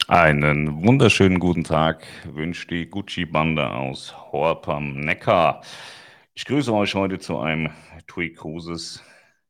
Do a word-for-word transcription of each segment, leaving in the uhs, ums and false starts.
Einen wunderschönen guten Tag wünscht die Gucci-Bande aus Horb am Neckar. Ich grüße euch heute zu einem TUI Cruises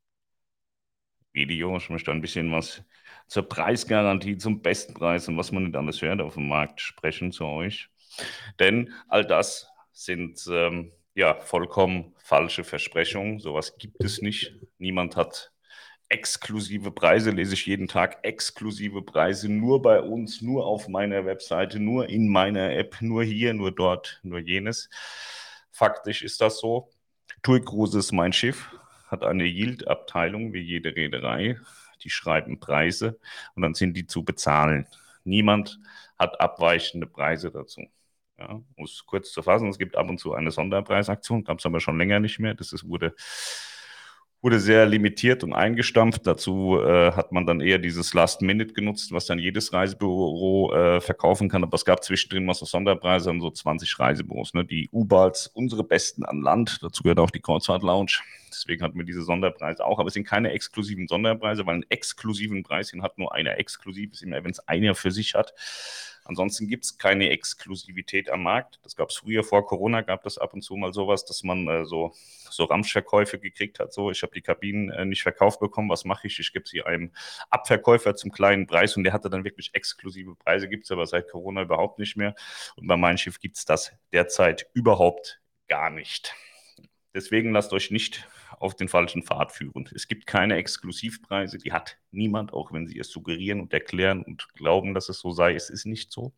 Video. Ich möchte ein bisschen was zur Preisgarantie, zum Bestpreis und was man nicht alles hört auf dem Markt sprechen zu euch. Denn all das sind ähm, ja vollkommen falsche Versprechungen. Sowas gibt es nicht. Niemand hat exklusive Preise, lese ich jeden Tag, exklusive Preise nur bei uns, nur auf meiner Webseite, nur in meiner App, nur hier, nur dort, nur jenes. Faktisch ist das so. TUI Cruises, mein Schiff, hat eine Yield-Abteilung wie jede Reederei. Die schreiben Preise und dann sind die zu bezahlen. Niemand hat abweichende Preise dazu. Ja, um es kurz zu fassen, es gibt ab und zu eine Sonderpreisaktion, gab es aber schon länger nicht mehr. Das ist, wurde, wurde sehr limitiert und eingestampft. Dazu äh, hat man dann eher dieses Last Minute genutzt, was dann jedes Reisebüro äh, verkaufen kann. Aber es gab zwischendrin mal so Sonderpreise an so zwanzig Reisebüros. Ne? Die U-Bahns, unsere besten an Land. Dazu gehört auch die Kreuzfahrt Lounge. Deswegen hatten wir diese Sonderpreise auch. Aber es sind keine exklusiven Sonderpreise, weil einen exklusiven Preis, den hat nur einer exklusiv. Ist immer, wenn es einer für sich hat. Ansonsten gibt es keine Exklusivität am Markt. Das gab es früher, vor Corona gab es ab und zu mal sowas, dass man äh, so, so Ramschverkäufe gekriegt hat. So, ich habe die Kabinen äh, nicht verkauft bekommen, was mache ich? Ich gebe sie einem Abverkäufer zum kleinen Preis und der hatte dann wirklich exklusive Preise, gibt es aber seit Corona überhaupt nicht mehr. Und bei meinem Schiff gibt es das derzeit überhaupt gar nicht. Deswegen lasst euch nicht auf den falschen Pfad führen. Es gibt keine Exklusivpreise, die hat niemand, auch wenn sie es suggerieren und erklären und glauben, dass es so sei. Es ist nicht so.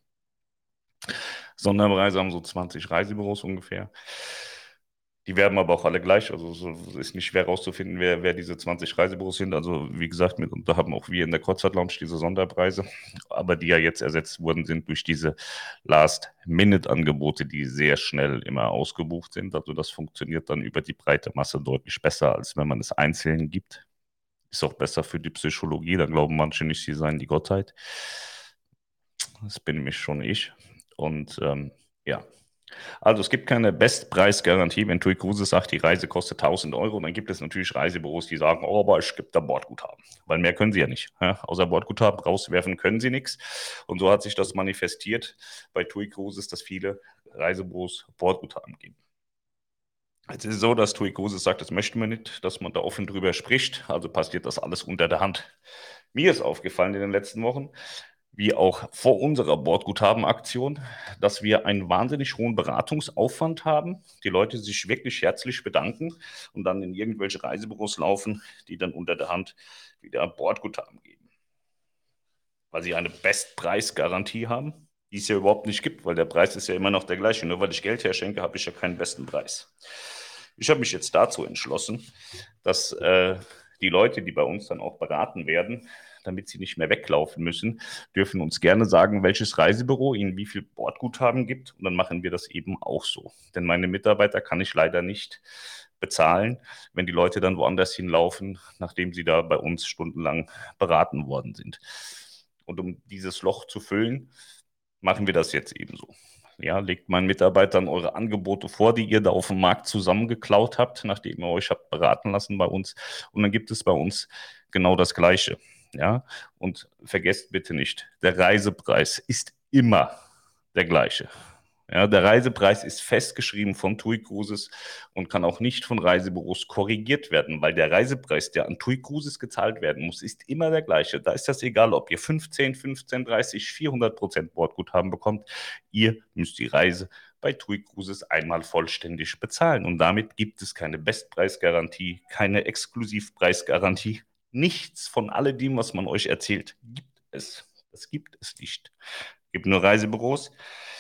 Sonderpreise haben so zwanzig Reisebüros ungefähr. Die werben aber auch alle gleich. Also es ist nicht schwer herauszufinden, wer, wer diese zwanzig Reisebüros sind. Also wie gesagt, mit, da haben auch wir in der Kreuzfahrt Lounge diese Sonderpreise, aber die ja jetzt ersetzt worden sind durch diese Last-Minute-Angebote, die sehr schnell immer ausgebucht sind. Also das funktioniert dann über die breite Masse deutlich besser, als wenn man es einzeln gibt. Ist auch besser für die Psychologie. Da glauben manche nicht, sie seien die Gottheit. Das bin nämlich schon ich. Und ähm, ja, also es gibt keine Bestpreisgarantie. Wenn TUI Cruises sagt, die Reise kostet tausend Euro, dann gibt es natürlich Reisebüros, die sagen, oh, aber ich gebe da Bordguthaben. Weil mehr können sie ja nicht. Ja? Außer Bordguthaben rauswerfen können sie nichts. Und so hat sich das manifestiert bei TUI Cruises, dass viele Reisebüros Bordguthaben geben. Jetzt ist es so, dass TUI Cruises sagt, das möchten wir nicht, dass man da offen drüber spricht. Also passiert das alles unter der Hand. Mir ist aufgefallen in den letzten Wochen, wie auch vor unserer Bordguthabenaktion, dass wir einen wahnsinnig hohen Beratungsaufwand haben. Die Leute sich wirklich herzlich bedanken und dann in irgendwelche Reisebüros laufen, die dann unter der Hand wieder Bordguthaben geben, weil sie eine Bestpreisgarantie haben, die es ja überhaupt nicht gibt, weil der Preis ist ja immer noch der gleiche. Nur weil ich Geld herschenke, habe ich ja keinen besten Preis. Ich habe mich jetzt dazu entschlossen, dass äh, die Leute, die bei uns dann auch beraten werden, damit sie nicht mehr weglaufen müssen, dürfen uns gerne sagen, welches Reisebüro ihnen wie viel Bordguthaben gibt. Und dann machen wir das eben auch so. Denn meine Mitarbeiter kann ich leider nicht bezahlen, wenn die Leute dann woanders hinlaufen, nachdem sie da bei uns stundenlang beraten worden sind. Und um dieses Loch zu füllen, machen wir das jetzt ebenso. Ja, legt meinen Mitarbeitern eure Angebote vor, die ihr da auf dem Markt zusammengeklaut habt, nachdem ihr euch habt beraten lassen bei uns. Und dann gibt es bei uns genau das Gleiche. Ja, und vergesst bitte nicht, der Reisepreis ist immer der gleiche. Ja, der Reisepreis ist festgeschrieben von TUI Cruises und kann auch nicht von Reisebüros korrigiert werden, weil der Reisepreis, der an TUI Cruises gezahlt werden muss, ist immer der gleiche. Da ist das egal, ob ihr fünfzehn, fünfzehn, dreißig, vierhundert Prozent Bordguthaben bekommt. Ihr müsst die Reise bei TUI Cruises einmal vollständig bezahlen. Und damit gibt es keine Bestpreisgarantie, keine Exklusivpreisgarantie. Nichts von alledem, was man euch erzählt, gibt es. Das gibt es nicht. Es gibt nur Reisebüros,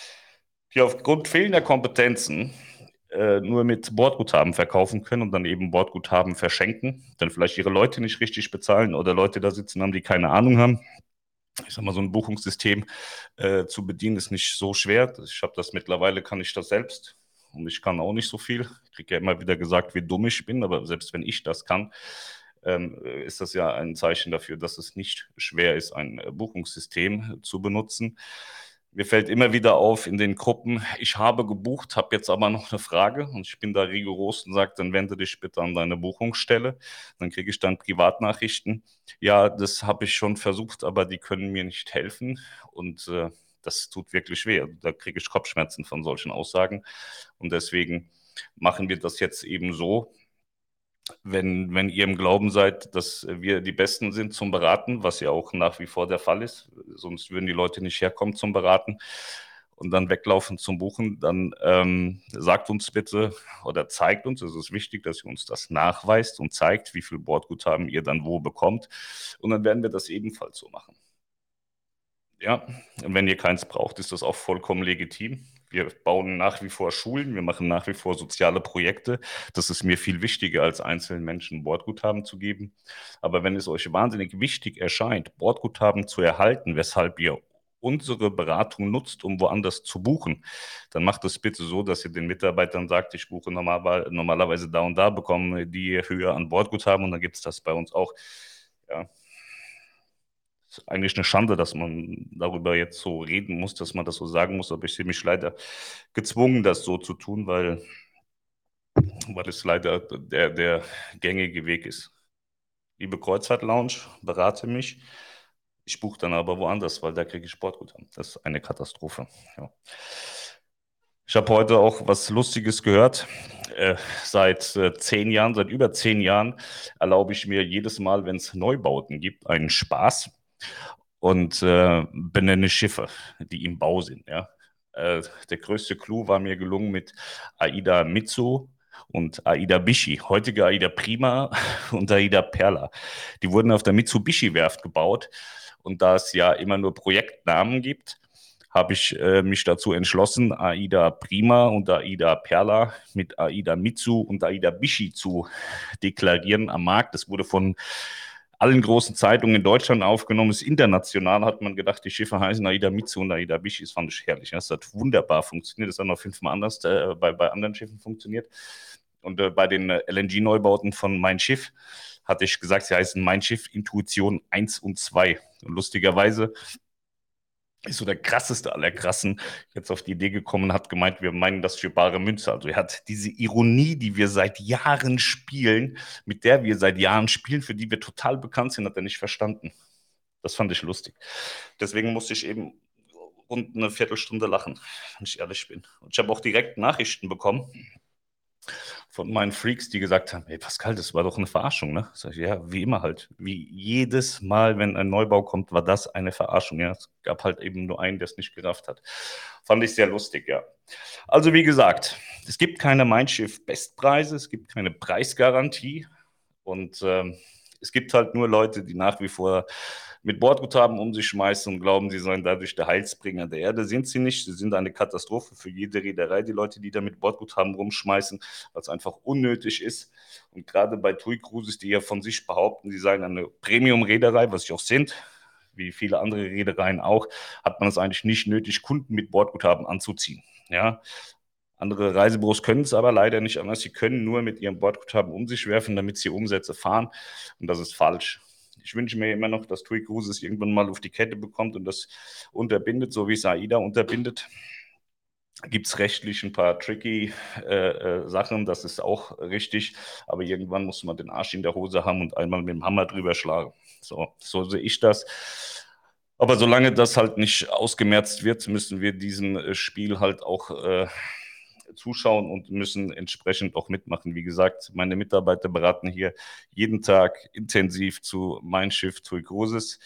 die aufgrund fehlender Kompetenzen äh, nur mit Bordguthaben verkaufen können und dann eben Bordguthaben verschenken, dann vielleicht ihre Leute nicht richtig bezahlen oder Leute da sitzen haben, die keine Ahnung haben. Ich sag mal, so ein Buchungssystem äh, zu bedienen ist nicht so schwer. Ich habe das mittlerweile, kann ich das selbst. Und ich kann auch nicht so viel. Ich kriege ja immer wieder gesagt, wie dumm ich bin, aber selbst wenn ich das kann, ähm, ist das ja ein Zeichen dafür, dass es nicht schwer ist, ein äh, Buchungssystem zu benutzen. Mir fällt immer wieder auf in den Gruppen, ich habe gebucht, habe jetzt aber noch eine Frage und ich bin da rigoros und sage, dann wende dich bitte an deine Buchungsstelle. Dann kriege ich dann Privatnachrichten. Ja, das habe ich schon versucht, aber die können mir nicht helfen und äh, das tut wirklich weh. Da kriege ich Kopfschmerzen von solchen Aussagen und deswegen machen wir das jetzt eben so, wenn, wenn ihr im Glauben seid, dass wir die Besten sind zum Beraten, was ja auch nach wie vor der Fall ist, sonst würden die Leute nicht herkommen zum Beraten und dann weglaufen zum Buchen, dann ähm, sagt uns bitte oder zeigt uns, es ist wichtig, dass ihr uns das nachweist und zeigt, wie viel Bordguthaben ihr dann wo bekommt. Und dann werden wir das ebenfalls so machen. Ja, und wenn ihr keins braucht, ist das auch vollkommen legitim. Wir bauen nach wie vor Schulen, wir machen nach wie vor soziale Projekte. Das ist mir viel wichtiger, als einzelnen Menschen Bordguthaben zu geben. Aber wenn es euch wahnsinnig wichtig erscheint, Bordguthaben zu erhalten, weshalb ihr unsere Beratung nutzt, um woanders zu buchen, dann macht es bitte so, dass ihr den Mitarbeitern sagt, ich buche normal, normalerweise da und da, bekommen die Höhe an Bordguthaben und dann gibt es das bei uns auch. Ja, ist eigentlich eine Schande, dass man darüber jetzt so reden muss, dass man das so sagen muss, aber ich sehe mich leider gezwungen, das so zu tun, weil, weil es leider der, der gängige Weg ist. Liebe Kreuzfahrt Lounge, berate mich. Ich buche dann aber woanders, weil da kriege ich Sportguthaben. Das ist eine Katastrophe. Ja. Ich habe heute auch was Lustiges gehört. Äh, seit äh, zehn Jahren, seit über zehn Jahren erlaube ich mir jedes Mal, wenn es Neubauten gibt, einen Spaß und äh, benenne Schiffe, die im Bau sind. Ja. Äh, der größte Clou war mir gelungen mit Aida Mitsu und Aida Bishi, heutige Aida Prima und Aida Perla. Die wurden auf der Mitsubishi-Werft gebaut und da es ja immer nur Projektnamen gibt, habe ich äh, mich dazu entschlossen, Aida Prima und Aida Perla mit Aida Mitsu und Aida Bishi zu deklarieren am Markt. Das wurde von allen großen Zeitungen in Deutschland aufgenommen. Das ist international, hat man gedacht, die Schiffe heißen Aida Mitsu und Aida Bishi. Das fand ich herrlich. Das hat wunderbar funktioniert. Das hat noch fünfmal anders äh, bei, bei anderen Schiffen funktioniert. Und äh, bei den äh, L N G-Neubauten von Mein Schiff hatte ich gesagt, sie heißen Mein Schiff Intuition eins und zwei. Und lustigerweise ist so der krasseste aller Krassen jetzt auf die Idee gekommen, hat gemeint, wir meinen das für bare Münze. Also er hat diese Ironie, die wir seit Jahren spielen, mit der wir seit Jahren spielen, für die wir total bekannt sind, hat er nicht verstanden. Das fand ich lustig. Deswegen musste ich eben rund eine Viertelstunde lachen, wenn ich ehrlich bin. Und ich habe auch direkt Nachrichten bekommen von meinen Freaks, die gesagt haben, hey Pascal, das war doch eine Verarschung, ne? Sag ich, ja, wie immer halt. Wie jedes Mal, wenn ein Neubau kommt, war das eine Verarschung. Ja, es gab halt eben nur einen, der es nicht gerafft hat. Fand ich sehr lustig, ja. Also wie gesagt, es gibt keine Mein Schiff Bestpreise, es gibt keine Preisgarantie und ähm, es gibt halt nur Leute, die nach wie vor mit Bordguthaben um sich schmeißen und glauben, sie seien dadurch der Heilsbringer der Erde. Sind sie nicht. Sie sind eine Katastrophe für jede Reederei, die Leute, die da mit Bordguthaben rumschmeißen, weil es einfach unnötig ist. Und gerade bei TUI Cruises, die ja von sich behaupten, sie seien eine Premium-Reederei, was sie auch sind, wie viele andere Reedereien auch, hat man es eigentlich nicht nötig, Kunden mit Bordguthaben anzuziehen. Ja, andere Reisebüros können es aber leider nicht anders. Sie können nur mit ihrem Bordguthaben um sich werfen, damit sie Umsätze fahren. Und das ist falsch. Ich wünsche mir immer noch, dass TUI Cruises irgendwann mal auf die Kette bekommt und das unterbindet, so wie es AIDA unterbindet. Gibt es rechtlich ein paar tricky äh, äh, Sachen, das ist auch richtig, aber irgendwann muss man den Arsch in der Hose haben und einmal mit dem Hammer drüber schlagen. So, so sehe ich das. Aber solange das halt nicht ausgemerzt wird, müssen wir diesem äh, Spiel halt auch äh, zuschauen und müssen entsprechend auch mitmachen. Wie gesagt, meine Mitarbeiter beraten hier jeden Tag intensiv zu Mein Schiff, TUI Cruises.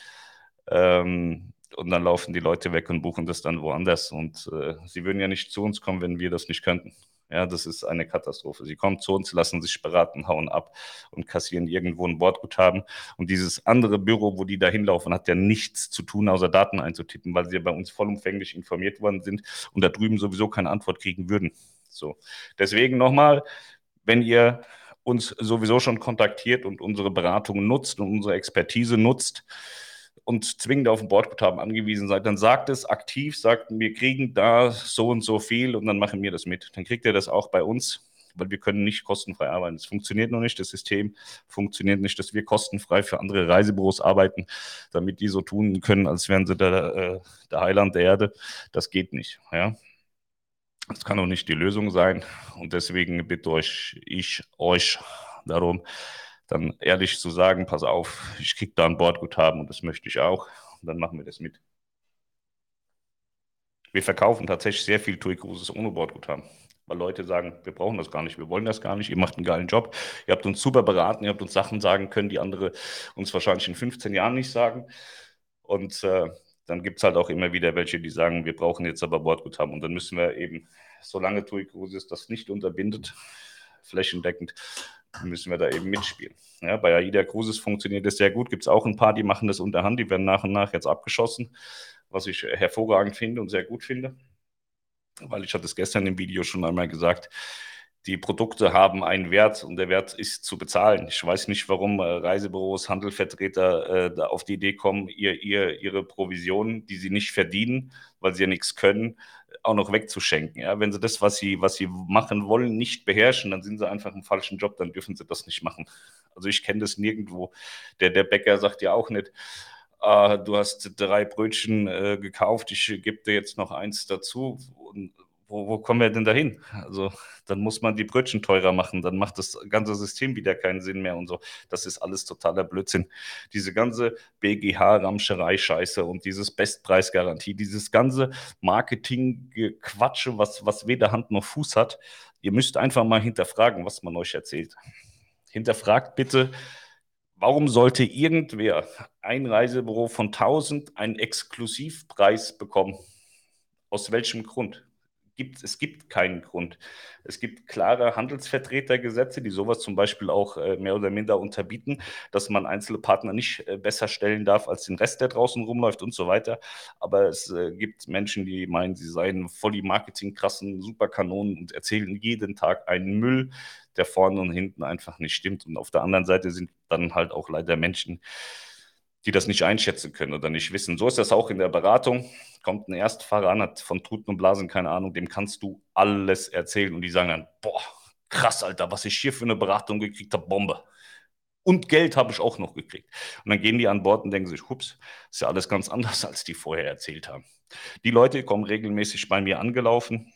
Ähm, und dann laufen die Leute weg und buchen das dann woanders. Und äh, sie würden ja nicht zu uns kommen, wenn wir das nicht könnten. Ja, das ist eine Katastrophe. Sie kommen zu uns, lassen sich beraten, hauen ab und kassieren irgendwo ein Bordguthaben. Und dieses andere Büro, wo die da hinlaufen, hat ja nichts zu tun, außer Daten einzutippen, weil sie ja bei uns vollumfänglich informiert worden sind und da drüben sowieso keine Antwort kriegen würden. So. Deswegen nochmal, wenn ihr uns sowieso schon kontaktiert und unsere Beratung nutzt und unsere Expertise nutzt und zwingend auf ein Bordguthaben angewiesen seid, dann sagt es aktiv, sagt, wir kriegen da so und so viel und dann machen wir das mit. Dann kriegt ihr das auch bei uns. weil wir können nicht kostenfrei arbeiten. Es funktioniert noch nicht, das System funktioniert nicht, dass wir kostenfrei für andere Reisebüros arbeiten, damit die so tun können, als wären sie der, äh, der Heiland der Erde. Das geht nicht. Ja? Das kann auch nicht die Lösung sein. Und deswegen bitte euch, ich euch darum, dann ehrlich zu sagen, pass auf, ich kriege da ein Bordguthaben und das möchte ich auch. Und dann machen wir das mit. Wir verkaufen tatsächlich sehr viel TUI Cruises ohne Bordguthaben. Weil Leute sagen, wir brauchen das gar nicht, wir wollen das gar nicht, ihr macht einen geilen Job, ihr habt uns super beraten, ihr habt uns Sachen sagen können, die andere uns wahrscheinlich in fünfzehn Jahren nicht sagen. Und äh, dann gibt es halt auch immer wieder welche, die sagen, wir brauchen jetzt aber Bordguthaben. Und dann müssen wir eben, solange TUI Cruises das nicht unterbindet, flächendeckend, müssen wir da eben mitspielen. Ja, bei AIDA Cruises funktioniert das sehr gut. Gibt es auch ein paar, die machen das unter Hand, die werden nach und nach jetzt abgeschossen, was ich hervorragend finde und sehr gut finde. Weil ich hatte es gestern im Video schon einmal gesagt, die Produkte haben einen Wert und der Wert ist zu bezahlen. Ich weiß nicht, warum äh, Reisebüros, Handelvertreter äh, da auf die Idee kommen, ihr, ihr, ihre Provisionen, die sie nicht verdienen, weil sie ja nichts können, auch noch wegzuschenken. Ja? Wenn sie das, was sie, was sie machen wollen, nicht beherrschen, dann sind sie einfach im falschen Job, dann dürfen sie das nicht machen. Also ich kenne das nirgendwo. Der, der Bäcker sagt ja auch nicht, äh, du hast drei Brötchen äh, gekauft, ich gebe dir jetzt noch eins dazu. Und wo, wo kommen wir denn dahin? Also dann muss man die Brötchen teurer machen, dann macht das ganze System wieder keinen Sinn mehr und so. Das ist alles totaler Blödsinn. Diese ganze B G H-Ramscherei-Scheiße und dieses Bestpreisgarantie, dieses ganze Marketing-Quatsche, was, was weder Hand noch Fuß hat, ihr müsst einfach mal hinterfragen, was man euch erzählt. Hinterfragt bitte, warum sollte irgendwer ein Reisebüro von tausend einen Exklusivpreis bekommen? Aus welchem Grund? Gibt, es gibt keinen Grund. Es gibt klare Handelsvertretergesetze, die sowas zum Beispiel auch äh, mehr oder minder unterbieten, dass man einzelne Partner nicht äh, besser stellen darf als den Rest, der draußen rumläuft und so weiter. Aber es äh, gibt Menschen, die meinen, sie seien voll die Marketingkrassen, Superkanonen und erzählen jeden Tag einen Müll, der vorne und hinten einfach nicht stimmt. Und auf der anderen Seite sind dann halt auch leider Menschen, die das nicht einschätzen können oder nicht wissen. So ist das auch in der Beratung. Kommt ein Erstfahrer an, hat von Tuten und Blasen keine Ahnung, dem kannst du alles erzählen und die sagen dann, boah, krass, Alter, was ich hier für eine Beratung gekriegt habe, Bombe. Und Geld habe ich auch noch gekriegt. Und dann gehen die an Bord und denken sich, hups, ist ja alles ganz anders, als die vorher erzählt haben. Die Leute kommen regelmäßig bei mir angelaufen.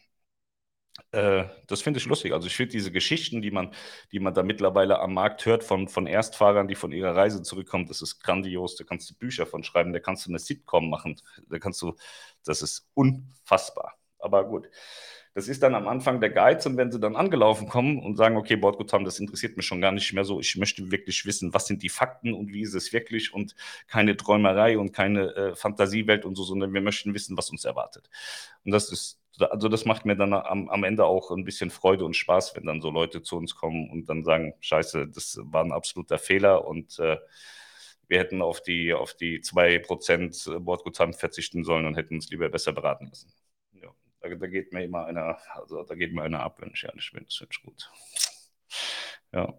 Äh, das finde ich lustig. Also ich finde diese Geschichten, die man, die man da mittlerweile am Markt hört von, von Erstfahrern, die von ihrer Reise zurückkommen, das ist grandios. Da kannst du Bücher von schreiben, da kannst du eine Sitcom machen, da kannst du, das ist unfassbar. Aber gut, das ist dann am Anfang der Geiz und wenn sie dann angelaufen kommen und sagen, okay, Bordguthaben, das interessiert mich schon gar nicht mehr so, ich möchte wirklich wissen, was sind die Fakten und wie ist es wirklich und keine Träumerei und keine äh, Fantasiewelt und so, sondern wir möchten wissen, was uns erwartet. Und das ist, also das macht mir dann am, am Ende auch ein bisschen Freude und Spaß, wenn dann so Leute zu uns kommen und dann sagen, scheiße, das war ein absoluter Fehler und äh, wir hätten auf die, auf die zwei Prozent Bordguthaben verzichten sollen und hätten uns lieber besser beraten müssen. Ja, da, da geht mir immer einer, also da geht mir einer ab, wenn ich ehrlich bin, das finde ich gut. Ja.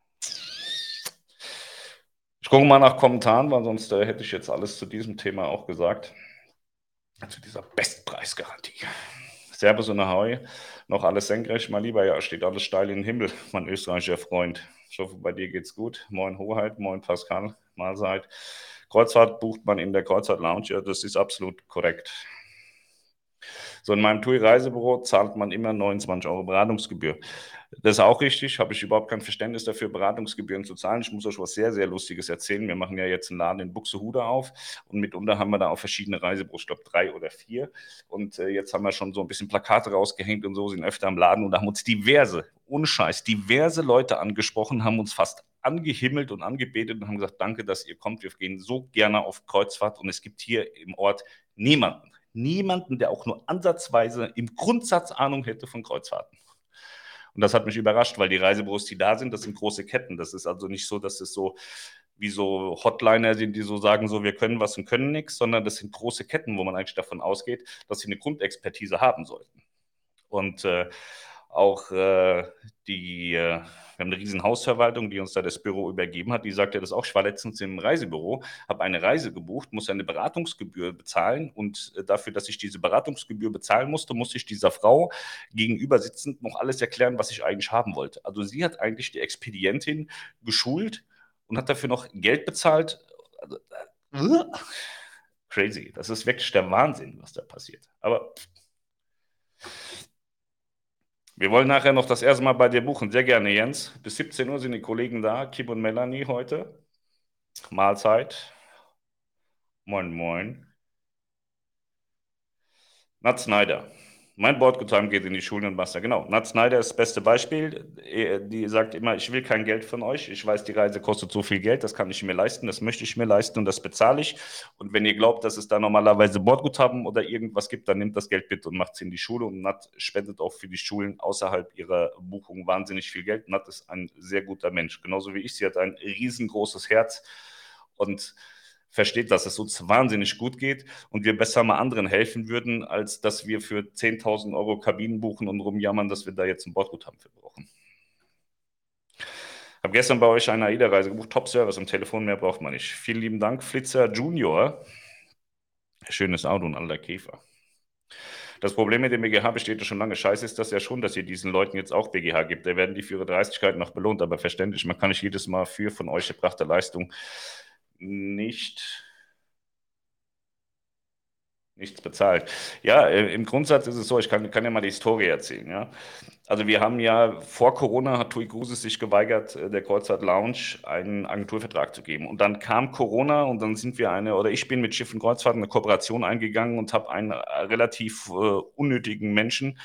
Ich gucke mal nach Kommentaren, weil sonst äh, hätte ich jetzt alles zu diesem Thema auch gesagt. Zu dieser Bestpreisgarantie. Servus und Ahoi. Noch alles senkrecht, mein Lieber. Ja, steht alles steil in den Himmel, mein österreichischer Freund. Ich hoffe, bei dir geht's gut. Moin Hoheit, moin Pascal, Mahlzeit. Kreuzfahrt bucht man in der Kreuzfahrt Lounge. Ja, das ist absolut korrekt. So, in meinem TUI-Reisebüro zahlt man immer neunundzwanzig Euro Beratungsgebühr. Das ist auch richtig, habe ich überhaupt kein Verständnis dafür, Beratungsgebühren zu zahlen. Ich muss euch was sehr, sehr Lustiges erzählen. Wir machen ja jetzt einen Laden in Buxtehude auf und mitunter haben wir da auch verschiedene Reisebüros, ich glaube drei oder vier. Und äh, jetzt haben wir schon so ein bisschen Plakate rausgehängt und so, sind öfter am Laden und da haben uns diverse, ohne Scheiß, diverse Leute angesprochen, haben uns fast angehimmelt und angebetet und haben gesagt, danke, dass ihr kommt. Wir gehen so gerne auf Kreuzfahrt und es gibt hier im Ort niemanden, niemanden, der auch nur ansatzweise im Grundsatz Ahnung hätte von Kreuzfahrten. Und das hat mich überrascht, weil die Reisebüros, die da sind, das sind große Ketten. Das ist also nicht so, dass es so wie so Hotliner sind, die so sagen, so wir können was und können nichts, sondern das sind große Ketten, wo man eigentlich davon ausgeht, dass sie eine Grundexpertise haben sollten. Und äh, Auch äh, die, äh, wir haben eine riesen Hausverwaltung, die uns da das Büro übergeben hat. Die sagte das auch. Ich war letztens im Reisebüro, habe eine Reise gebucht, muss eine Beratungsgebühr bezahlen und äh, dafür, dass ich diese Beratungsgebühr bezahlen musste, musste ich dieser Frau gegenüber sitzend noch alles erklären, was ich eigentlich haben wollte. Also sie hat eigentlich die Expedientin geschult und hat dafür noch Geld bezahlt. Also, äh, crazy. Das ist wirklich der Wahnsinn, was da passiert. Aber wir wollen nachher noch das erste Mal bei dir buchen. Sehr gerne, Jens. Bis siebzehn Uhr sind die Kollegen da, Kim und Melanie heute. Mahlzeit. Moin, moin. Nat Snyder. Mein Bordgutheim geht in die Schulen und Master. Genau. Nat Snyder ist das beste Beispiel. Eh, Die sagt immer, ich will kein Geld von euch. Ich weiß, die Reise kostet so viel Geld. Das kann ich mir leisten. Das möchte ich mir leisten und das bezahle ich. Und wenn ihr glaubt, dass es da normalerweise Bordguthaben oder irgendwas gibt, dann nehmt das Geld bitte und macht es in die Schule. Und Nat spendet auch für die Schulen außerhalb ihrer Buchung wahnsinnig viel Geld. Nat ist ein sehr guter Mensch. Genauso wie ich. Sie hat ein riesengroßes Herz und versteht, dass es uns wahnsinnig gut geht und wir besser mal anderen helfen würden, als dass wir für zehntausend Euro Kabinen buchen und rumjammern, dass wir da jetzt ein Bordguthaben für brauchen. Ich habe gestern bei euch eine AIDA-Reise gebucht, Top-Service am Telefon, mehr braucht man nicht. Vielen lieben Dank, Flitzer Junior. Schönes Auto und alter Käfer. Das Problem mit dem B G H besteht ja schon lange. Scheiße ist das ja schon, dass ihr diesen Leuten jetzt auch B G H gibt. Da werden die für ihre Dreistigkeit noch belohnt, aber verständlich, man kann nicht jedes Mal für von euch erbrachte Leistung nicht nichts bezahlt. Ja, äh, im Grundsatz ist es so, ich kann, kann ja mal die Historie erzählen. Ja? Also wir haben ja vor Corona hat TUI Cruises sich geweigert, äh, der Kreuzfahrt Lounge einen Agenturvertrag zu geben. Und dann kam Corona und dann sind wir eine, oder ich bin mit Schiff und Kreuzfahrt eine Kooperation eingegangen und habe einen äh, relativ äh, unnötigen Menschen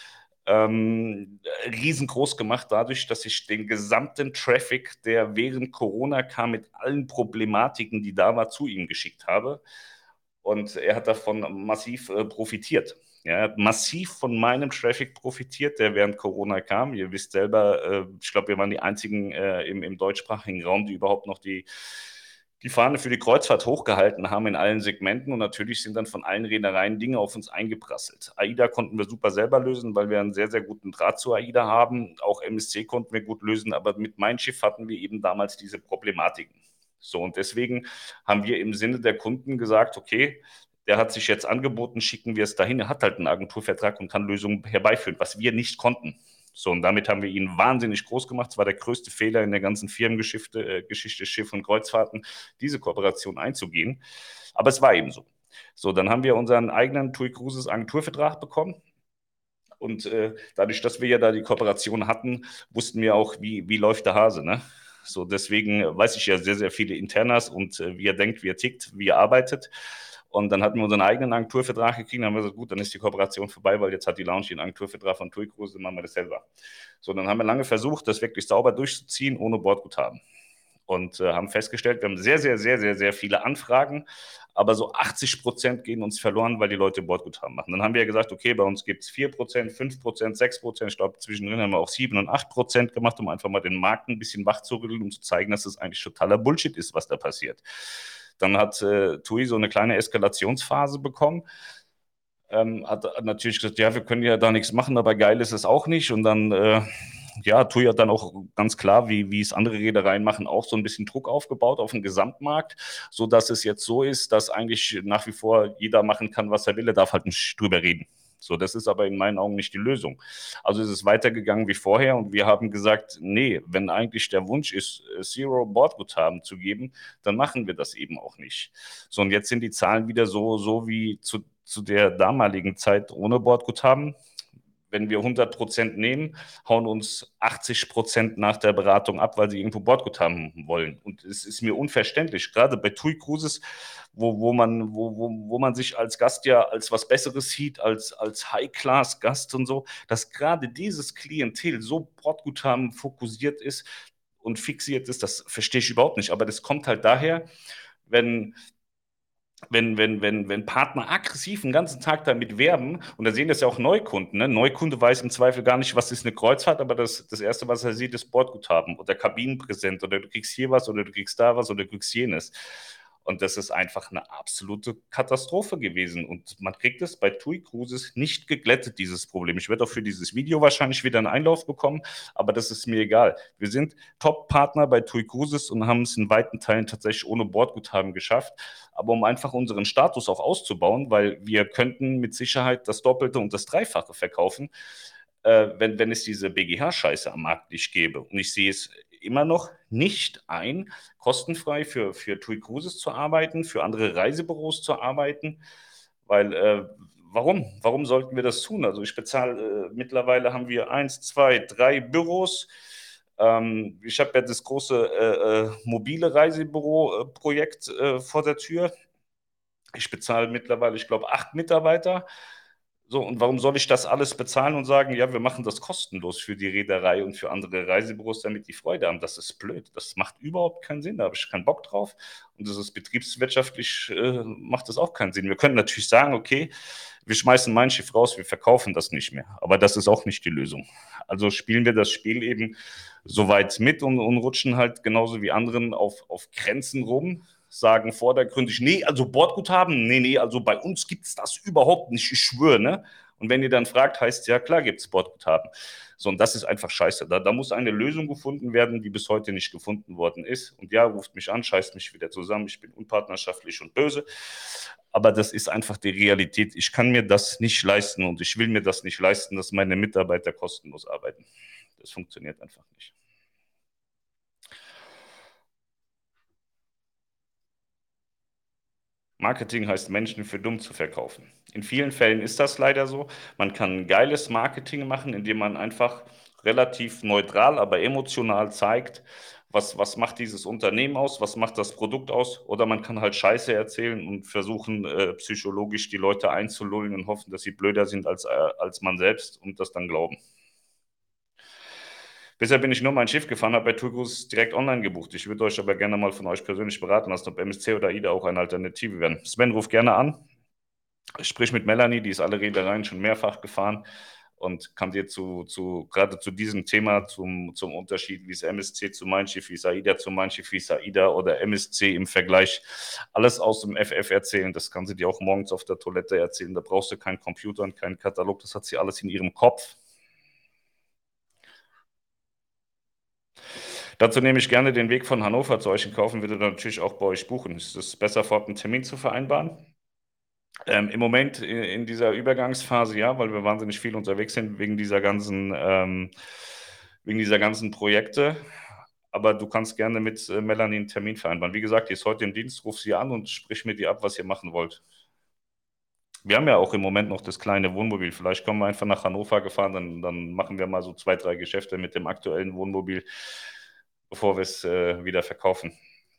ähm, riesengroß gemacht, dadurch, dass ich den gesamten Traffic, der während Corona kam, mit allen Problematiken, die da war, zu ihm geschickt habe. Und er hat davon massiv äh, profitiert. Ja, er hat massiv von meinem Traffic profitiert, der während Corona kam. Ihr wisst selber, äh, ich glaube, wir waren die einzigen äh, im, im deutschsprachigen Raum, die überhaupt noch die, die Fahne für die Kreuzfahrt hochgehalten haben in allen Segmenten. Und natürlich sind dann von allen Reedereien Dinge auf uns eingeprasselt. AIDA konnten wir super selber lösen, weil wir einen sehr, sehr guten Draht zu AIDA haben. Auch M S C konnten wir gut lösen, aber mit Mein Schiff hatten wir eben damals diese Problematiken. So, und deswegen haben wir im Sinne der Kunden gesagt, okay, der hat sich jetzt angeboten, schicken wir es dahin. Er hat halt einen Agenturvertrag und kann Lösungen herbeiführen, was wir nicht konnten. So, und damit haben wir ihn wahnsinnig groß gemacht. Es war der größte Fehler in der ganzen Firmengeschichte, äh, Geschichte Schiff und Kreuzfahrten, diese Kooperation einzugehen. Aber es war eben so. So, dann haben wir unseren eigenen TUI Cruises Agenturvertrag bekommen. Und äh, dadurch, dass wir ja da die Kooperation hatten, wussten wir auch, wie, wie läuft der Hase, ne? So, deswegen weiß ich ja sehr, sehr viele Internas und äh, wie er denkt, wie er tickt, wie er arbeitet. Und dann hatten wir unseren eigenen Agenturvertrag gekriegt, dann haben wir gesagt, gut, dann ist die Kooperation vorbei, weil jetzt hat die Lounge den Agenturvertrag von TUI Cruise, dann machen wir das selber. So, dann haben wir lange versucht, das wirklich sauber durchzuziehen, ohne Bordguthaben. Und äh, haben festgestellt, wir haben sehr, sehr, sehr, sehr, sehr viele Anfragen, aber so achtzig Prozent gehen uns verloren, weil die Leute Bordguthaben machen. Dann haben wir ja gesagt, okay, bei uns gibt es vier Prozent, fünf Prozent, sechs Prozent. Ich glaube, zwischendrin haben wir auch sieben und acht Prozent gemacht, um einfach mal den Markt ein bisschen wach zu rütteln, um zu zeigen, dass das eigentlich totaler Bullshit ist, was da passiert. Dann hat äh, TUI so eine kleine Eskalationsphase bekommen. Ähm, hat, hat natürlich gesagt, ja, wir können ja da nichts machen, aber geil ist es auch nicht. Und dann, äh, ja, TUI hat dann auch ganz klar, wie, wie es andere Reedereien machen, auch so ein bisschen Druck aufgebaut auf den Gesamtmarkt, sodass es jetzt so ist, dass eigentlich nach wie vor jeder machen kann, was er will, er darf halt nicht drüber reden. So, das ist aber in meinen Augen nicht die Lösung. Also ist es weitergegangen wie vorher und wir haben gesagt, nee, wenn eigentlich der Wunsch ist, Zero Bordguthaben zu geben, dann machen wir das eben auch nicht. So, und jetzt sind die Zahlen wieder so, so wie zu, zu der damaligen Zeit ohne Bordguthaben. Wenn wir hundert Prozent nehmen, hauen uns achtzig Prozent nach der Beratung ab, weil sie irgendwo Bordguthaben wollen. Und es ist mir unverständlich, gerade bei TUI Cruises, wo, wo, man, wo, wo, wo man sich als Gast ja als was Besseres sieht, als, als High-Class-Gast und so, dass gerade dieses Klientel so Bordguthaben fokussiert ist und fixiert ist, das verstehe ich überhaupt nicht. Aber das kommt halt daher, wenn wenn, wenn, wenn, wenn Partner aggressiv den ganzen Tag damit werben, und da sehen das ja auch Neukunden, ne? Neukunde weiß im Zweifel gar nicht, was ist eine Kreuzfahrt, aber das, das Erste, was er sieht, ist Bordguthaben oder Kabinenpräsent oder du kriegst hier was oder du kriegst da was oder du kriegst jenes. Und das ist einfach eine absolute Katastrophe gewesen. Und man kriegt es bei TUI Cruises nicht geglättet, dieses Problem. Ich werde auch für dieses Video wahrscheinlich wieder einen Einlauf bekommen, aber das ist mir egal. Wir sind Top-Partner bei TUI Cruises und haben es in weiten Teilen tatsächlich ohne Bordguthaben geschafft. Aber um einfach unseren Status auch auszubauen, weil wir könnten mit Sicherheit das Doppelte und das Dreifache verkaufen, äh, wenn, wenn es diese B G H-Scheiße am Markt nicht gäbe. Und ich sehe es immer noch nicht ein, kostenfrei für, für TUI Cruises zu arbeiten, für andere Reisebüros zu arbeiten, weil äh, warum? Warum sollten wir das tun? Also ich bezahle, äh, mittlerweile haben wir eins, zwei, drei Büros. Ähm, ich habe ja das große äh, äh, mobile Reisebüro-Projekt äh, vor der Tür. Ich bezahle mittlerweile, ich glaube, acht Mitarbeiter. So, und warum soll ich das alles bezahlen und sagen, ja, wir machen das kostenlos für die Reederei und für andere Reisebüros, damit die Freude haben? Das ist blöd. Das macht überhaupt keinen Sinn. Da habe ich keinen Bock drauf. Und das ist betriebswirtschaftlich, äh, macht das auch keinen Sinn. Wir können natürlich sagen, okay, wir schmeißen mein Schiff raus, wir verkaufen das nicht mehr. Aber das ist auch nicht die Lösung. Also spielen wir das Spiel eben so weit mit und, und rutschen halt genauso wie anderen auf, auf Grenzen rum, sagen vordergründig, nee, also Bordguthaben, nee, nee, also bei uns gibt es das überhaupt nicht, ich schwöre, ne? Und wenn ihr dann fragt, heißt es ja, klar gibt es Bordguthaben. So, und das ist einfach scheiße. Da, da muss eine Lösung gefunden werden, die bis heute nicht gefunden worden ist. Und ja, ruft mich an, scheißt mich wieder zusammen, ich bin unpartnerschaftlich und böse. Aber das ist einfach die Realität. Ich kann mir das nicht leisten und ich will mir das nicht leisten, dass meine Mitarbeiter kostenlos arbeiten. Das funktioniert einfach nicht. Marketing heißt, Menschen für dumm zu verkaufen. In vielen Fällen ist das leider so. Man kann geiles Marketing machen, indem man einfach relativ neutral, aber emotional zeigt, was, was macht dieses Unternehmen aus, was macht das Produkt aus. Oder man kann halt Scheiße erzählen und versuchen, äh, psychologisch die Leute einzulullen und hoffen, dass sie blöder sind als, äh, als man selbst und das dann glauben. Bisher bin ich nur mein Schiff gefahren, habe bei Tourcruise direkt online gebucht. Ich würde euch aber gerne mal von euch persönlich beraten lassen, ob M S C oder AIDA auch eine Alternative wären. Sven, ruf gerne an. Ich sprich mit Melanie, die ist alle Reedereien schon mehrfach gefahren und kann dir zu, zu gerade zu diesem Thema, zum, zum Unterschied, wie es M S C zu Mein Schiff, wie es AIDA zu Mein Schiff, wie es AIDA oder M S C im Vergleich, alles aus dem F F erzählen. Das kann sie dir auch morgens auf der Toilette erzählen. Da brauchst du keinen Computer und keinen Katalog. Das hat sie alles in ihrem Kopf. Dazu nehme ich gerne den Weg von Hannover zu euch in Kauf und würde dann natürlich auch bei euch buchen. Es ist besser, vorab einen Termin zu vereinbaren. Ähm, Im Moment in, in dieser Übergangsphase, ja, weil wir wahnsinnig viel unterwegs sind wegen dieser ganzen, ähm, wegen dieser ganzen Projekte. Aber du kannst gerne mit äh, Melanie einen Termin vereinbaren. Wie gesagt, die ist heute im Dienst, ruf sie an und sprich mit ihr ab, was ihr machen wollt. Wir haben ja auch im Moment noch das kleine Wohnmobil. Vielleicht kommen wir einfach nach Hannover gefahren, dann, dann machen wir mal so zwei, drei Geschäfte mit dem aktuellen Wohnmobil, bevor wir es äh, wieder verkaufen.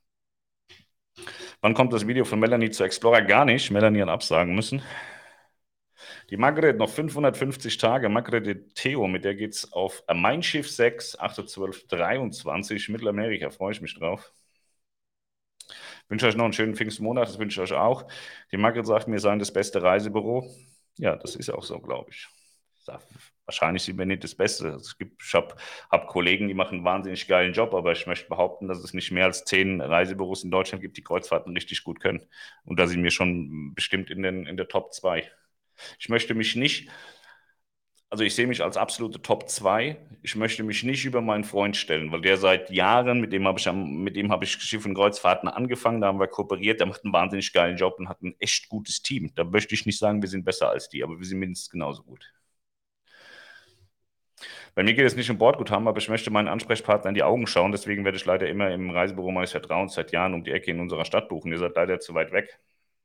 Wann kommt das Video von Melanie zu Explorer? Gar nicht. Melanie hat absagen müssen. Die Margret noch fünfhundertfünfzig Tage. Margret Theo, mit der geht's auf Mein Schiff sechs, acht zwölf dreiundzwanzig. Mittelamerika, freue ich mich drauf. Ich wünsche euch noch einen schönen Pfingstmonat, das wünsche ich euch auch. Die Margret sagt, wir seien das beste Reisebüro. Ja, das ist auch so, glaube ich. Ich sag, wahrscheinlich sind wir nicht das Beste. Es gibt, ich habe hab Kollegen, die machen einen wahnsinnig geilen Job, aber ich möchte behaupten, dass es nicht mehr als zehn Reisebüros in Deutschland gibt, die Kreuzfahrten richtig gut können. Und da sind wir schon bestimmt in, den, in der Top zwei. Ich möchte mich nicht, also ich sehe mich als absolute Top zwei. Ich möchte mich nicht über meinen Freund stellen, weil der seit Jahren, mit dem habe ich, am- mit dem habe ich Schiff- und Kreuzfahrten angefangen, da haben wir kooperiert, der macht einen wahnsinnig geilen Job und hat ein echt gutes Team. Da möchte ich nicht sagen, wir sind besser als die, aber wir sind mindestens genauso gut. Bei mir geht es nicht um Bordguthaben, aber ich möchte meinen Ansprechpartner in die Augen schauen. Deswegen werde ich leider immer im Reisebüro meines Vertrauens seit Jahren um die Ecke in unserer Stadt buchen. Ihr seid leider zu weit weg.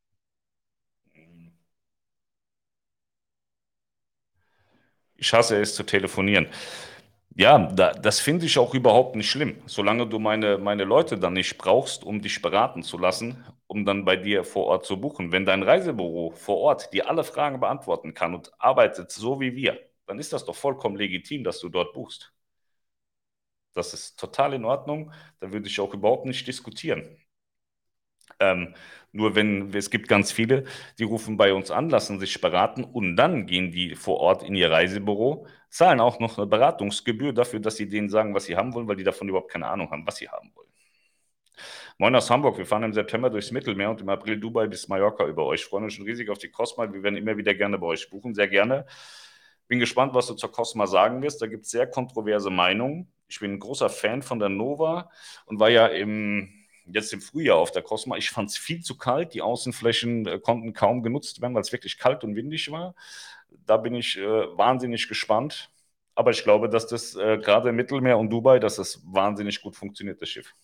Ich hasse es zu telefonieren. Ja, da, das finde ich auch überhaupt nicht schlimm, solange du meine, meine Leute dann nicht brauchst, um dich beraten zu lassen, um dann bei dir vor Ort zu buchen. Wenn dein Reisebüro vor Ort dir alle Fragen beantworten kann und arbeitet so wie wir, dann ist das doch vollkommen legitim, dass du dort buchst. Das ist total in Ordnung. Da würde ich auch überhaupt nicht diskutieren. Ähm, nur wenn es gibt ganz viele, die rufen bei uns an, lassen sich beraten und dann gehen die vor Ort in ihr Reisebüro, zahlen auch noch eine Beratungsgebühr dafür, dass sie denen sagen, was sie haben wollen, weil die davon überhaupt keine Ahnung haben, was sie haben wollen. Moin aus Hamburg. Wir fahren im September durchs Mittelmeer und im April Dubai bis Mallorca über euch. Freuen uns schon riesig auf die Cosma. Wir werden immer wieder gerne bei euch buchen, sehr gerne. Bin gespannt, was du zur Cosma sagen wirst. Da gibt es sehr kontroverse Meinungen. Ich bin ein großer Fan von der Nova und war ja im, jetzt im Frühjahr auf der Cosma. Ich fand es viel zu kalt. Die Außenflächen äh, konnten kaum genutzt werden, weil es wirklich kalt und windig war. Da bin ich äh, wahnsinnig gespannt. Aber ich glaube, dass das äh, gerade im Mittelmeer und Dubai, dass das wahnsinnig gut funktioniert, das Schiff.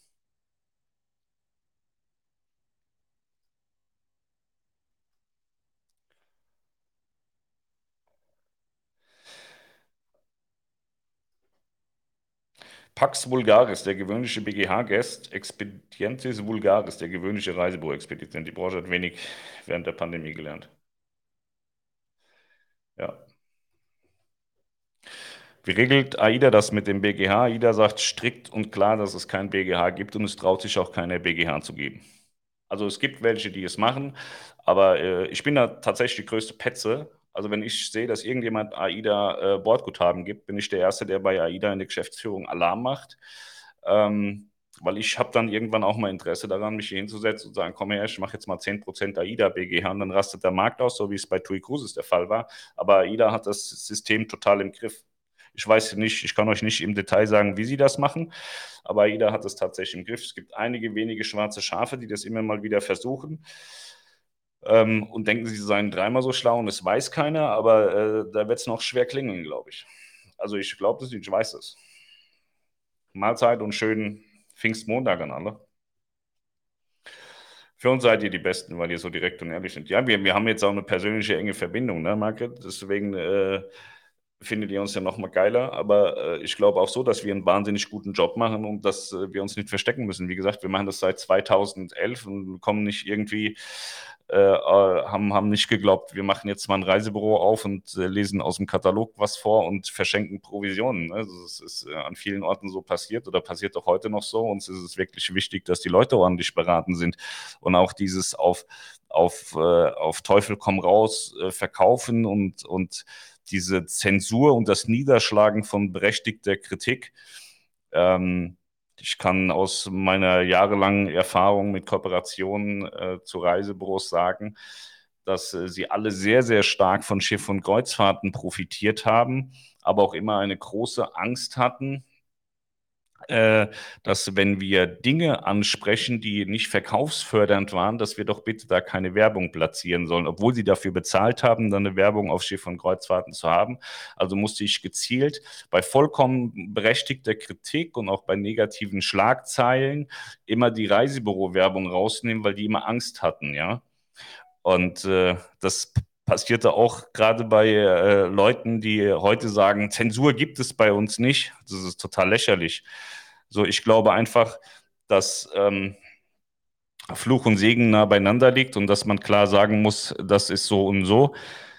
Pax Vulgaris, der gewöhnliche B G H-Guest, Expedientis Vulgaris, der gewöhnliche Reisebüro-Expedient. Die Branche hat wenig während der Pandemie gelernt. Ja. Wie regelt AIDA das mit dem B G H? AIDA sagt strikt und klar, dass es kein B G H gibt und es traut sich auch keiner B G H zu geben. Also es gibt welche, die es machen, aber äh, ich bin da tatsächlich die größte Petze. Also wenn ich sehe, dass irgendjemand AIDA äh, Bordguthaben gibt, bin ich der Erste, der bei AIDA in der Geschäftsführung Alarm macht. Ähm, Weil ich habe dann irgendwann auch mal Interesse daran, mich hier hinzusetzen und sagen, komm her, ich mache jetzt mal zehn Prozent AIDA B G H und dann rastet der Markt aus, so wie es bei TUI Cruises der Fall war. Aber AIDA hat das System total im Griff. Ich weiß nicht, ich kann euch nicht im Detail sagen, wie sie das machen, aber jeder hat es tatsächlich im Griff. Es gibt einige wenige schwarze Schafe, die das immer mal wieder versuchen ähm, und denken, sie seien dreimal so schlau und es weiß keiner, aber äh, da wird es noch schwer klingeln, glaube ich. Also ich glaube das, ich weiß es. Mahlzeit und schönen Pfingstmontag an alle. Für uns seid ihr die Besten, weil ihr so direkt und ehrlich seid. Ja, wir, wir haben jetzt auch eine persönliche enge Verbindung, ne, Margret? Deswegen äh, findet ihr uns ja noch mal geiler. Aber äh, ich glaube auch so, dass wir einen wahnsinnig guten Job machen und dass äh, wir uns nicht verstecken müssen. Wie gesagt, wir machen das seit zweitausendelf und kommen nicht irgendwie, äh, äh, haben, haben nicht geglaubt, wir machen jetzt mal ein Reisebüro auf und äh, lesen aus dem Katalog was vor und verschenken Provisionen. Ne? Das ist äh, an vielen Orten so passiert oder passiert auch heute noch so. Uns ist es wirklich wichtig, dass die Leute ordentlich beraten sind und auch dieses auf, auf, äh, auf Teufel komm raus äh, verkaufen und, und diese Zensur und das Niederschlagen von berechtigter Kritik. Ähm, Ich kann aus meiner jahrelangen Erfahrung mit Kooperationen äh, zu Reisebüros sagen, dass äh, sie alle sehr, sehr stark von Schiff- und Kreuzfahrten profitiert haben, aber auch immer eine große Angst hatten, äh, dass wenn wir Dinge ansprechen, die nicht verkaufsfördernd waren, dass wir doch bitte da keine Werbung platzieren sollen, obwohl sie dafür bezahlt haben, dann eine Werbung auf Schiff- und Kreuzfahrten zu haben. Also musste ich gezielt bei vollkommen berechtigter Kritik und auch bei negativen Schlagzeilen immer die Reisebüro-Werbung rausnehmen, weil die immer Angst hatten, ja. Und äh, das passierte auch gerade bei äh, Leuten, die heute sagen, Zensur gibt es bei uns nicht. Das ist total lächerlich. So, ich glaube einfach, dass ähm, Fluch und Segen nah beieinander liegt und dass man klar sagen muss, das ist so und so.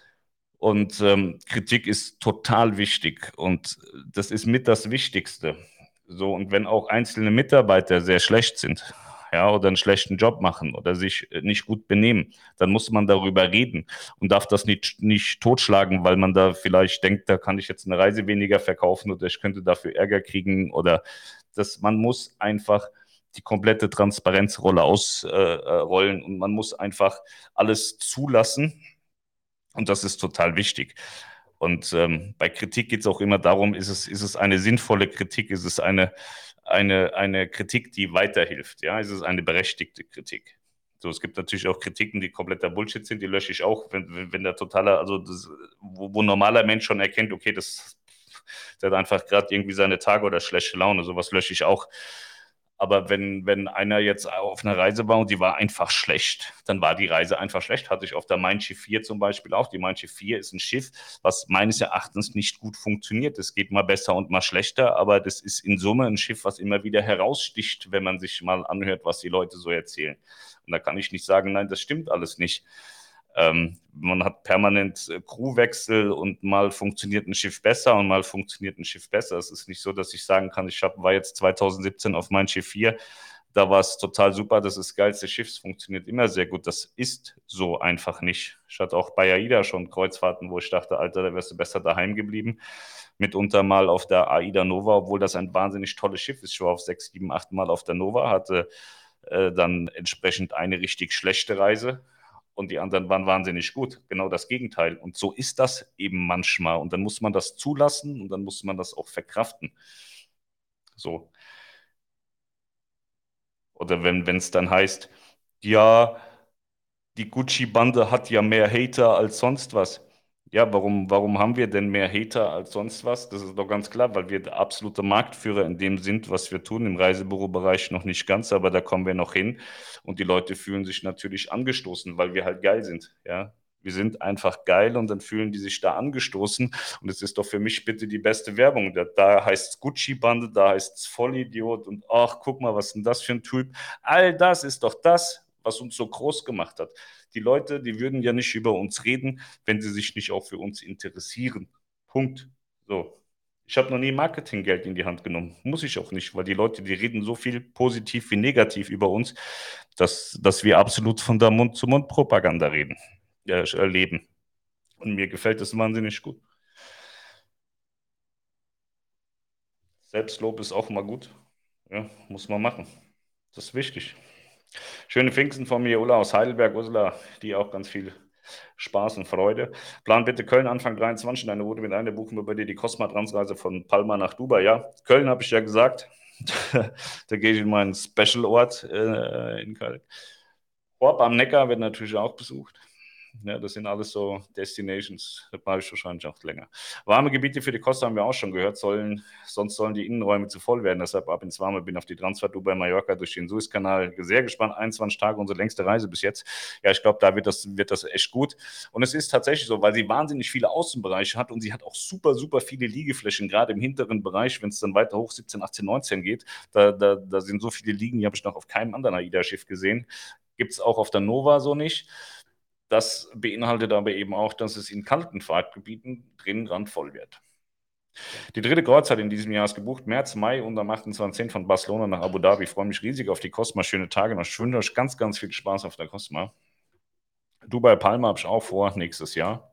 Und ähm, Kritik ist total wichtig und das ist mit das Wichtigste. So, und wenn auch einzelne Mitarbeiter sehr schlecht sind, ja, oder einen schlechten Job machen oder sich äh, nicht gut benehmen, dann muss man darüber reden und darf das nicht, nicht totschlagen, weil man da vielleicht denkt, da kann ich jetzt eine Reise weniger verkaufen oder ich könnte dafür Ärger kriegen oder das, man muss einfach die komplette Transparenzrolle ausrollen äh, und man muss einfach alles zulassen und das ist total wichtig. Und ähm, bei Kritik geht es auch immer darum, ist es, ist es eine sinnvolle Kritik, ist es eine, eine, eine Kritik, die weiterhilft, ja, ist es eine berechtigte Kritik. So, es gibt natürlich auch Kritiken, die kompletter Bullshit sind, die lösche ich auch, wenn, wenn, wenn der totale, also das, wo, wo ein normaler Mensch schon erkennt, okay, das, der hat einfach gerade irgendwie seine Tage oder schlechte Laune, sowas lösche ich auch. Aber wenn, wenn einer jetzt auf einer Reise war und die war einfach schlecht, dann war die Reise einfach schlecht. Hatte ich auf der Mein Schiff vier zum Beispiel auch. Die Mein Schiff vier ist ein Schiff, was meines Erachtens nicht gut funktioniert. Es geht mal besser und mal schlechter, aber das ist in Summe ein Schiff, was immer wieder heraussticht, wenn man sich mal anhört, was die Leute so erzählen. Und da kann ich nicht sagen, nein, das stimmt alles nicht. Ähm, man hat permanent äh, Crewwechsel und mal funktioniert ein Schiff besser und mal funktioniert ein Schiff besser. Es ist nicht so, dass ich sagen kann, ich hab, war jetzt zwanzig siebzehn auf Mein Schiff vier, da war es total super, das ist das geilste Schiff, es funktioniert immer sehr gut. Das ist so einfach nicht. Ich hatte auch bei AIDA schon Kreuzfahrten, wo ich dachte, Alter, da wärst du besser daheim geblieben. Mitunter mal auf der AIDA Nova, obwohl das ein wahnsinnig tolles Schiff ist. Ich war auf sechs, sieben, acht Mal auf der Nova, hatte äh, dann entsprechend eine richtig schlechte Reise und die anderen waren wahnsinnig gut. Genau das Gegenteil. Und so ist das eben manchmal. Und dann muss man das zulassen und dann muss man das auch verkraften. So. Oder wenn wenn es dann heißt, ja, die Gucci-Bande hat ja mehr Hater als sonst was. Ja, warum, warum haben wir denn mehr Hater als sonst was? Das ist doch ganz klar, weil wir der absolute Marktführer in dem sind, was wir tun. Im Reisebürobereich noch nicht ganz, aber da kommen wir noch hin. Und die Leute fühlen sich natürlich angestoßen, weil wir halt geil sind. Ja, wir sind einfach geil und dann fühlen die sich da angestoßen. Und es ist doch für mich bitte die beste Werbung. Da, da heißt es Gucci-Bande, da heißt es Vollidiot und ach, guck mal, was ist denn das für ein Typ? All das ist doch das, was uns so groß gemacht hat. Die Leute, die würden ja nicht über uns reden, wenn sie sich nicht auch für uns interessieren. Punkt. So. Ich habe noch nie Marketinggeld in die Hand genommen. Muss ich auch nicht, weil die Leute, die reden so viel positiv wie negativ über uns, dass, dass wir absolut von der Mund-zu-Mund-Propaganda reden, ja, erleben. Und mir gefällt das wahnsinnig gut. Selbstlob ist auch mal gut. Ja, muss man machen. Das ist wichtig. Schöne Pfingsten von mir, Ulla aus Heidelberg, Ursula, die auch ganz viel Spaß und Freude. Plan bitte Köln Anfang dreiundzwanzig, eine Route mit einer, buchen wir bei dir die Cosma-Transreise von Palma nach Dubai. Ja, Köln habe ich ja gesagt. Da gehe ich in meinen Special-Ort äh, in Köln. Horb am Neckar wird natürlich auch besucht. Ja, das sind alles so Destinations, da bleibe ich wahrscheinlich auch länger. Warme Gebiete für die Costa haben wir auch schon gehört, sollen, sonst sollen die Innenräume zu voll werden. Deshalb ab ins Warme, bin auf die Transfer Dubai Mallorca durch den Suezkanal sehr gespannt. einundzwanzig Tage, unsere längste Reise bis jetzt. Ja, ich glaube, da wird das, wird das echt gut. Und es ist tatsächlich so, weil sie wahnsinnig viele Außenbereiche hat und sie hat auch super, super viele Liegeflächen, gerade im hinteren Bereich, wenn es dann weiter hoch siebzehn, achtzehn, neunzehn geht. Da, da, da sind so viele Liegen, die habe ich noch auf keinem anderen AIDA-Schiff gesehen. Gibt es auch auf der Nova so nicht. Das beinhaltet aber eben auch, dass es in kalten Fahrtgebieten drin randvoll wird. Die dritte Kreuzfahrt in diesem Jahr ist gebucht, März, Mai und am achtundzwanzigsten von Barcelona nach Abu Dhabi. Ich freue mich riesig auf die Cosma. Schöne Tage noch. Ich wünsche euch ganz, ganz viel Spaß auf der Cosma. Dubai Palma habe ich auch vor, nächstes Jahr.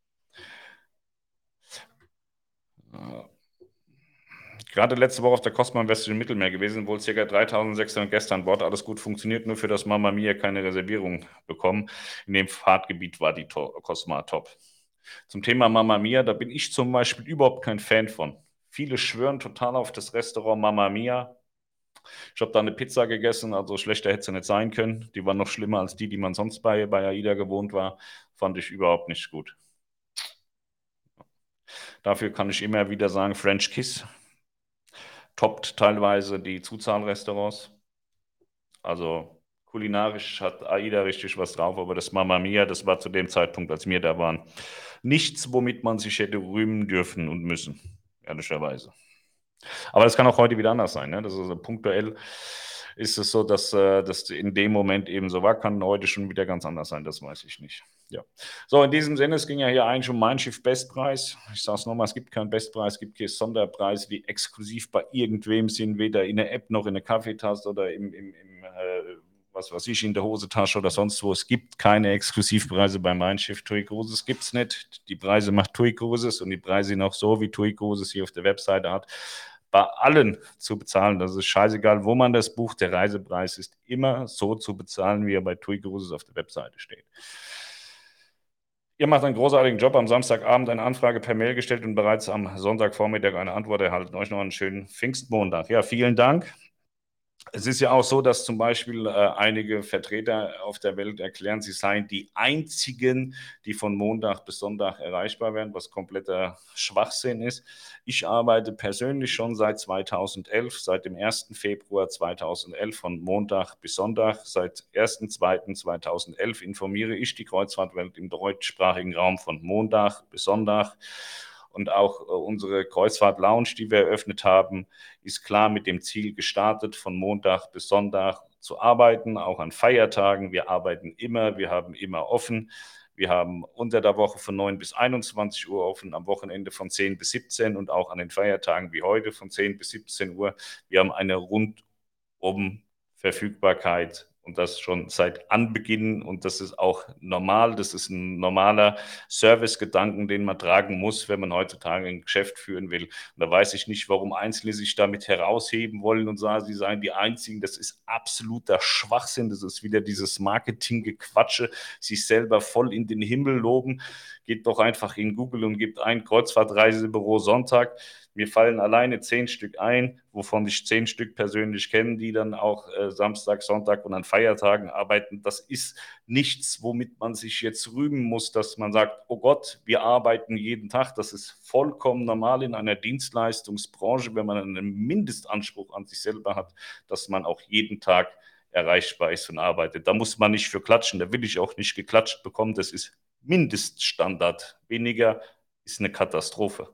Äh, Gerade letzte Woche auf der Cosma im westlichen Mittelmeer gewesen, wohl ca. dreitausendsechshundert Gäste an Bord. Alles gut funktioniert, nur für das Mama Mia keine Reservierung bekommen. In dem Fahrtgebiet war die Cosma top. Zum Thema Mama Mia, da bin ich zum Beispiel überhaupt kein Fan von. Viele schwören total auf das Restaurant Mama Mia. Ich habe da eine Pizza gegessen, also schlechter hätte sie nicht sein können. Die war noch schlimmer als die, die man sonst bei, bei AIDA gewohnt war. Fand ich überhaupt nicht gut. Dafür kann ich immer wieder sagen, French Kiss toppt teilweise die Zuzahlrestaurants. Also kulinarisch hat AIDA richtig was drauf, aber das Mama Mia, das war zu dem Zeitpunkt, als wir da waren, nichts, womit man sich hätte rühmen dürfen und müssen, ehrlicherweise. Aber das kann auch heute wieder anders sein. Ne? Das ist also punktuell ist es so, dass äh, das in dem Moment eben so war, kann heute schon wieder ganz anders sein, das weiß ich nicht. Ja. So, in diesem Sinne, es ging ja hier eigentlich um Mein Schiff Bestpreis. Ich sage es nochmal, es gibt keinen Bestpreis, es gibt keinen Sonderpreis, die exklusiv bei irgendwem sind, weder in der App noch in der Kaffeetasse oder im, im, im äh, was weiß ich, in der Hosentasche oder sonst wo. Es gibt keine Exklusivpreise bei Mein Schiff. TUI Cruises gibt es nicht. Die Preise macht TUI Cruises und die Preise sind auch so, wie TUI Cruises hier auf der Webseite hat, bei allen zu bezahlen. Das ist scheißegal, wo man das bucht. Der Reisepreis ist immer so zu bezahlen, wie er bei TUI Cruises auf der Webseite steht. Ihr macht einen großartigen Job. Am Samstagabend eine Anfrage per Mail gestellt und bereits am Sonntagvormittag eine Antwort erhalten. Euch noch einen schönen Pfingstmontag. Ja, vielen Dank. Es ist ja auch so, dass zum Beispiel äh, einige Vertreter auf der Welt erklären, sie seien die einzigen, die von Montag bis Sonntag erreichbar wären, was kompletter Schwachsinn ist. Ich arbeite persönlich schon seit zweitausendelf, seit dem ersten Februar zweitausendelf von Montag bis Sonntag. Seit ersten zweiten zweitausendelf informiere ich die Kreuzfahrtwelt im deutschsprachigen Raum von Montag bis Sonntag. Und auch äh, unsere Kreuzfahrt-Lounge, die wir eröffnet haben, ist klar mit dem Ziel gestartet, von Montag bis Sonntag zu arbeiten, auch an Feiertagen. Wir arbeiten immer, wir haben immer offen. Wir haben unter der Woche von neun bis einundzwanzig Uhr offen, am Wochenende von zehn bis siebzehn und auch an den Feiertagen wie heute von zehn bis siebzehn Uhr. Wir haben eine rundum Verfügbarkeit Und das schon seit Anbeginn. Und das ist auch normal. Das ist ein normaler Servicegedanken, den man tragen muss, wenn man heutzutage ein Geschäft führen will. Und da weiß ich nicht, warum Einzelne sich damit herausheben wollen und sagen, sie seien die Einzigen. Das ist absoluter Schwachsinn. Das ist wieder dieses Marketinggequatsche, sich selber voll in den Himmel loben. Geht doch einfach in Google und gebt ein Kreuzfahrtreisebüro Sonntag. Mir fallen alleine zehn Stück ein, wovon ich zehn Stück persönlich kenne, die dann auch äh, Samstag, Sonntag und an Feiertagen arbeiten. Das ist nichts, womit man sich jetzt rühmen muss, dass man sagt, oh Gott, wir arbeiten jeden Tag. Das ist vollkommen normal in einer Dienstleistungsbranche, wenn man einen Mindestanspruch an sich selber hat, dass man auch jeden Tag erreichbar ist und arbeitet. Da muss man nicht für klatschen. Da will ich auch nicht geklatscht bekommen. Das ist Mindeststandard. Weniger ist eine Katastrophe.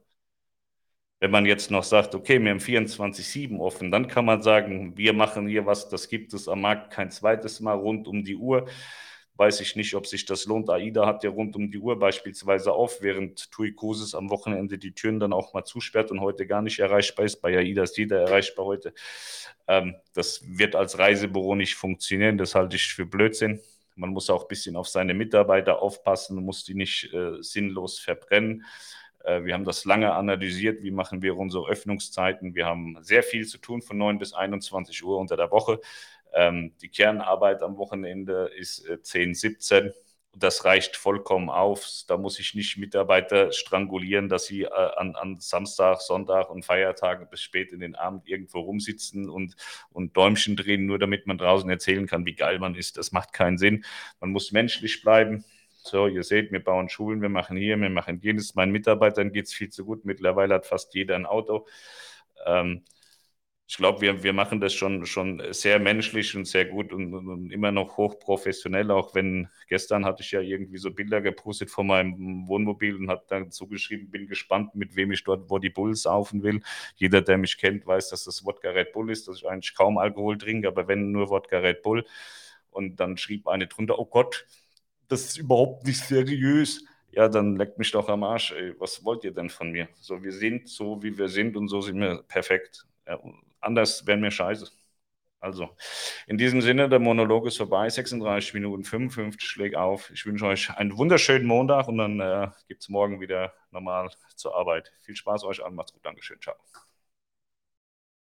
Wenn man jetzt noch sagt, okay, wir haben vierundzwanzig sieben offen, dann kann man sagen, wir machen hier was, das gibt es am Markt kein zweites Mal rund um die Uhr. Weiß ich nicht, ob sich das lohnt. AIDA hat ja rund um die Uhr beispielsweise auf, während TUI Cruises am Wochenende die Türen dann auch mal zusperrt und heute gar nicht erreichbar ist. Bei AIDA ist jeder erreichbar heute. Ähm, das wird als Reisebüro nicht funktionieren. Das halte ich für Blödsinn. Man muss auch ein bisschen auf seine Mitarbeiter aufpassen, muss die nicht äh, sinnlos verbrennen. Äh, wir haben das lange analysiert, wie machen wir unsere Öffnungszeiten. Wir haben sehr viel zu tun von neun bis einundzwanzig Uhr unter der Woche. Ähm, die Kernarbeit am Wochenende ist äh, zehn, siebzehn. Das reicht vollkommen auf. Da muss ich nicht Mitarbeiter strangulieren, dass sie äh, an, an Samstag, Sonntag und Feiertagen bis spät in den Abend irgendwo rumsitzen und, und Däumchen drehen, nur damit man draußen erzählen kann, wie geil man ist. Das macht keinen Sinn. Man muss menschlich bleiben. So, ihr seht, wir bauen Schulen, wir machen hier, wir machen jenes. Meinen Mitarbeitern geht es viel zu gut. Mittlerweile hat fast jeder ein Auto. Ähm, ich glaube, wir, wir machen das schon, schon sehr menschlich und sehr gut und, und, und immer noch hochprofessionell, auch wenn gestern hatte ich ja irgendwie so Bilder gepostet von meinem Wohnmobil und habe dann zugeschrieben, bin gespannt, mit wem ich dort Woddy Bull saufen will. Jeder, der mich kennt, weiß, dass das Wodka Red Bull ist, dass ich eigentlich kaum Alkohol trinke, aber wenn nur Wodka Red Bull. Und dann schrieb eine drunter, oh Gott, das ist überhaupt nicht seriös. Ja, dann leckt mich doch am Arsch. Ey. Was wollt ihr denn von mir? So, wir sind so, wie wir sind und so sind wir perfekt. Ja, anders wären wir scheiße. Also, in diesem Sinne, der Monolog ist vorbei. sechsunddreißig Minuten, fünfundfünfzig schlägt auf. Ich wünsche euch einen wunderschönen Montag und dann äh, gibt es morgen wieder normal zur Arbeit. Viel Spaß euch allen. Macht's gut. Dankeschön. Ciao.